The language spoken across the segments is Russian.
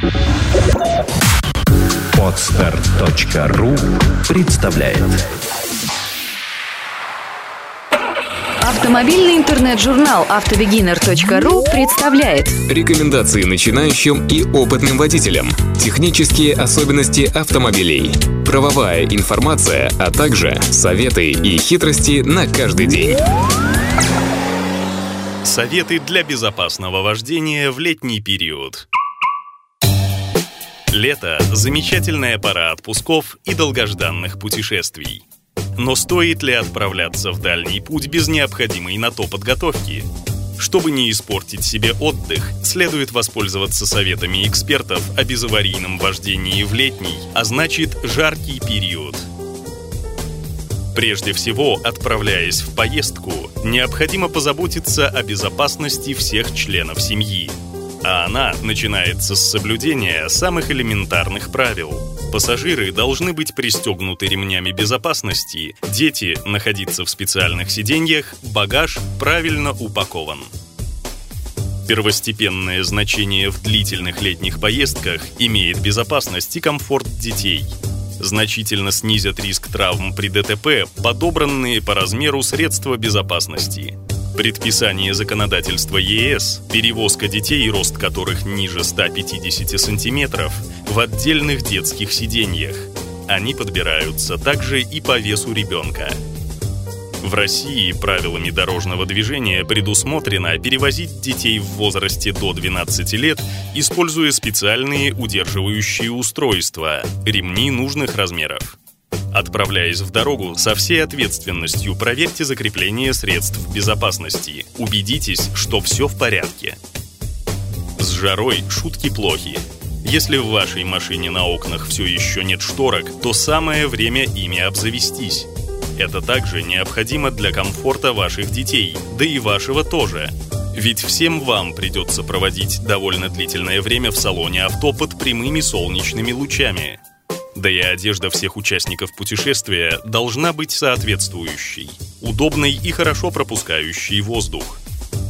Podster.ru представляет. Автомобильный интернет-журнал автобегинер.ру представляет рекомендации начинающим и опытным водителям, технические особенности автомобилей, правовая информация, а также советы и хитрости на каждый день. Советы для безопасного вождения в летний период. Лето – замечательная пора отпусков и долгожданных путешествий. Но стоит ли отправляться в дальний путь без необходимой на то подготовки? Чтобы не испортить себе отдых, следует воспользоваться советами экспертов о безаварийном вождении в летний, а значит, жаркий период. Прежде всего, отправляясь в поездку, необходимо позаботиться о безопасности всех членов семьи. А она начинается с соблюдения самых элементарных правил. Пассажиры должны быть пристегнуты ремнями безопасности, дети находиться в специальных сиденьях, багаж правильно упакован. Первостепенное значение в длительных летних поездках имеет безопасность и комфорт детей. Значительно снизят риск травм при ДТП подобранные по размеру средства безопасности. Предписание законодательства ЕС, перевозка детей, рост которых ниже 150 сантиметров, в отдельных детских сиденьях. Они подбираются также и по весу ребенка. В России правилами дорожного движения предусмотрено перевозить детей в возрасте до 12 лет, используя специальные удерживающие устройства, ремни нужных размеров. Отправляясь в дорогу, со всей ответственностью проверьте закрепление средств безопасности. Убедитесь, что все в порядке. С жарой шутки плохи. Если в вашей машине на окнах все еще нет шторок, то самое время ими обзавестись. Это также необходимо для комфорта ваших детей, да и вашего тоже. Ведь всем вам придется проводить довольно длительное время в салоне авто под прямыми солнечными лучами. Да и одежда всех участников путешествия должна быть соответствующей, удобной и хорошо пропускающей воздух.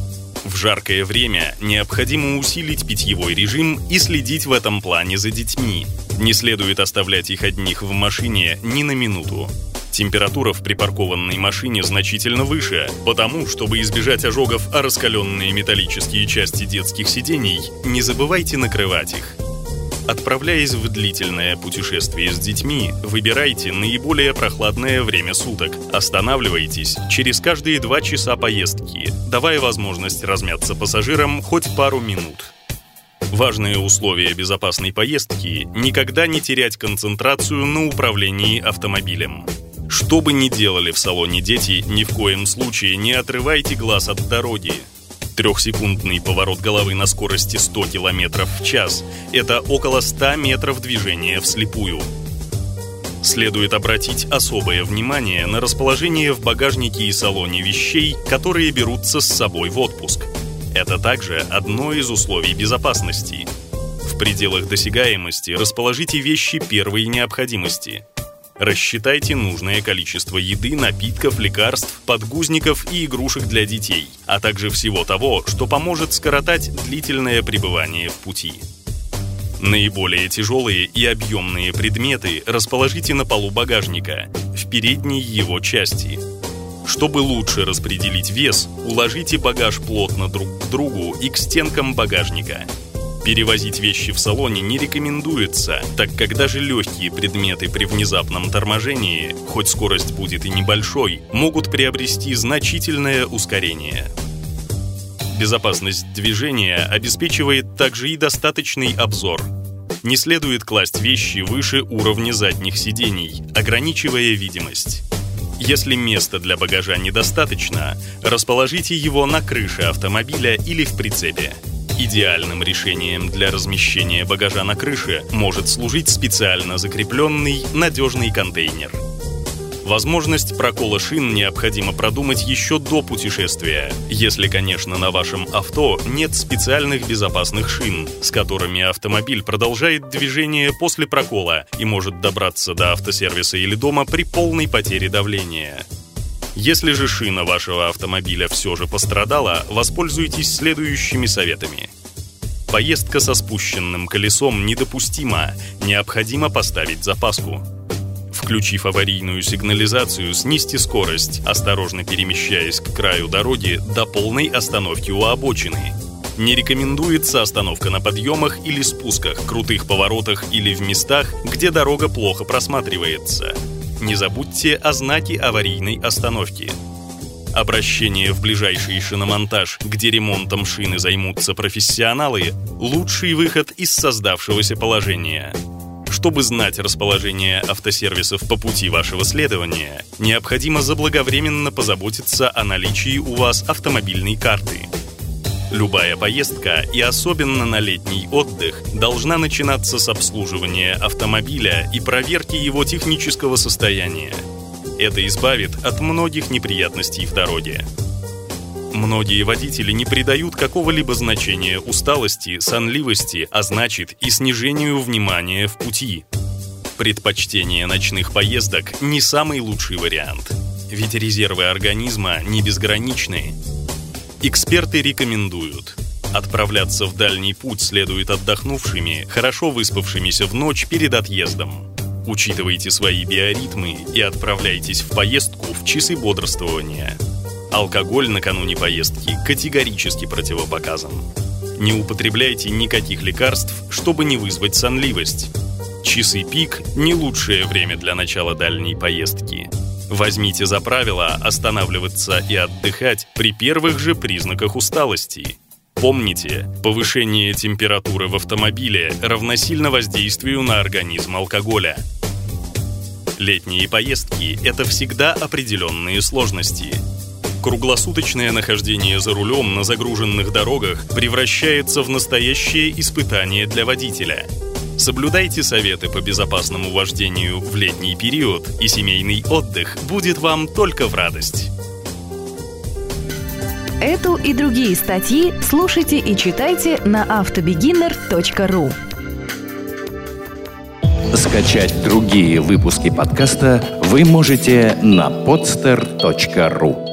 В жаркое время необходимо усилить питьевой режим и следить в этом плане за детьми. Не следует оставлять их одних в машине ни на минуту. Температура в припаркованной машине значительно выше, потому, чтобы избежать ожогов о раскаленные металлические части детских сидений, не забывайте накрывать их. Отправляясь в длительное путешествие с детьми, выбирайте наиболее прохладное время суток. Останавливайтесь через каждые 2 часа поездки, давая возможность размяться пассажирам хоть пару минут. Важное условие безопасной поездки – никогда не терять концентрацию на управлении автомобилем. Что бы ни делали в салоне дети, ни в коем случае не отрывайте глаз от дороги. 3-секундный поворот головы на скорости 100 км в час – это около 100 метров движения вслепую. Следует обратить особое внимание на расположение в багажнике и салоне вещей, которые берутся с собой в отпуск. Это также одно из условий безопасности. В пределах досягаемости расположите вещи первой необходимости. Рассчитайте нужное количество еды, напитков, лекарств, подгузников и игрушек для детей, а также всего того, что поможет скоротать длительное пребывание в пути. Наиболее тяжелые и объемные предметы расположите на полу багажника, в передней его части. Чтобы лучше распределить вес, уложите багаж плотно друг к другу и к стенкам багажника. Перевозить вещи в салоне не рекомендуется, так как даже легкие предметы при внезапном торможении, хоть скорость будет и небольшой, могут приобрести значительное ускорение. Безопасность движения обеспечивает также и достаточный обзор. Не следует класть вещи выше уровня задних сидений, ограничивая видимость. Если места для багажа недостаточно, расположите его на крыше автомобиля или в прицепе. Идеальным решением для размещения багажа на крыше может служить специально закрепленный надежный контейнер. Возможность прокола шин необходимо продумать еще до путешествия, если, конечно, на вашем авто нет специальных безопасных шин, с которыми автомобиль продолжает движение после прокола и может добраться до автосервиса или дома при полной потере давления. Если же шина вашего автомобиля все же пострадала, воспользуйтесь следующими советами. Поездка со спущенным колесом недопустима, необходимо поставить запаску. Включив аварийную сигнализацию, снизьте скорость, осторожно перемещаясь к краю дороги до полной остановки у обочины. Не рекомендуется остановка на подъемах или спусках, крутых поворотах или в местах, где дорога плохо просматривается. Не забудьте о знаке аварийной остановки. Обращение в ближайший шиномонтаж, где ремонтом шины займутся профессионалы, лучший выход из создавшегося положения. Чтобы знать расположение автосервисов по пути вашего следования, необходимо заблаговременно позаботиться о наличии у вас автомобильной карты. Любая поездка, и особенно на летний отдых, должна начинаться с обслуживания автомобиля и проверки его технического состояния. Это избавит от многих неприятностей в дороге. Многие водители не придают какого-либо значения усталости, сонливости, а значит и снижению внимания в пути. Предпочтение ночных поездок не самый лучший вариант, ведь резервы организма не безграничны. Эксперты рекомендуют: отправляться в дальний путь следует отдохнувшими, хорошо выспавшимися в ночь перед отъездом. Учитывайте свои биоритмы и отправляйтесь в поездку в часы бодрствования. Алкоголь накануне поездки категорически противопоказан. Не употребляйте никаких лекарств, чтобы не вызвать сонливость. Часы пик – не лучшее время для начала дальней поездки. Возьмите за правило останавливаться и отдыхать при первых же признаках усталости. Помните, повышение температуры в автомобиле равносильно воздействию на организм алкоголя. Летние поездки – это всегда определенные сложности. Круглосуточное нахождение за рулем на загруженных дорогах превращается в настоящее испытание для водителя. Соблюдайте советы по безопасному вождению в летний период, и семейный отдых будет вам только в радость. Эту и другие статьи слушайте и читайте на автобегинер.ру. Скачать другие выпуски подкаста вы можете на podster.ru.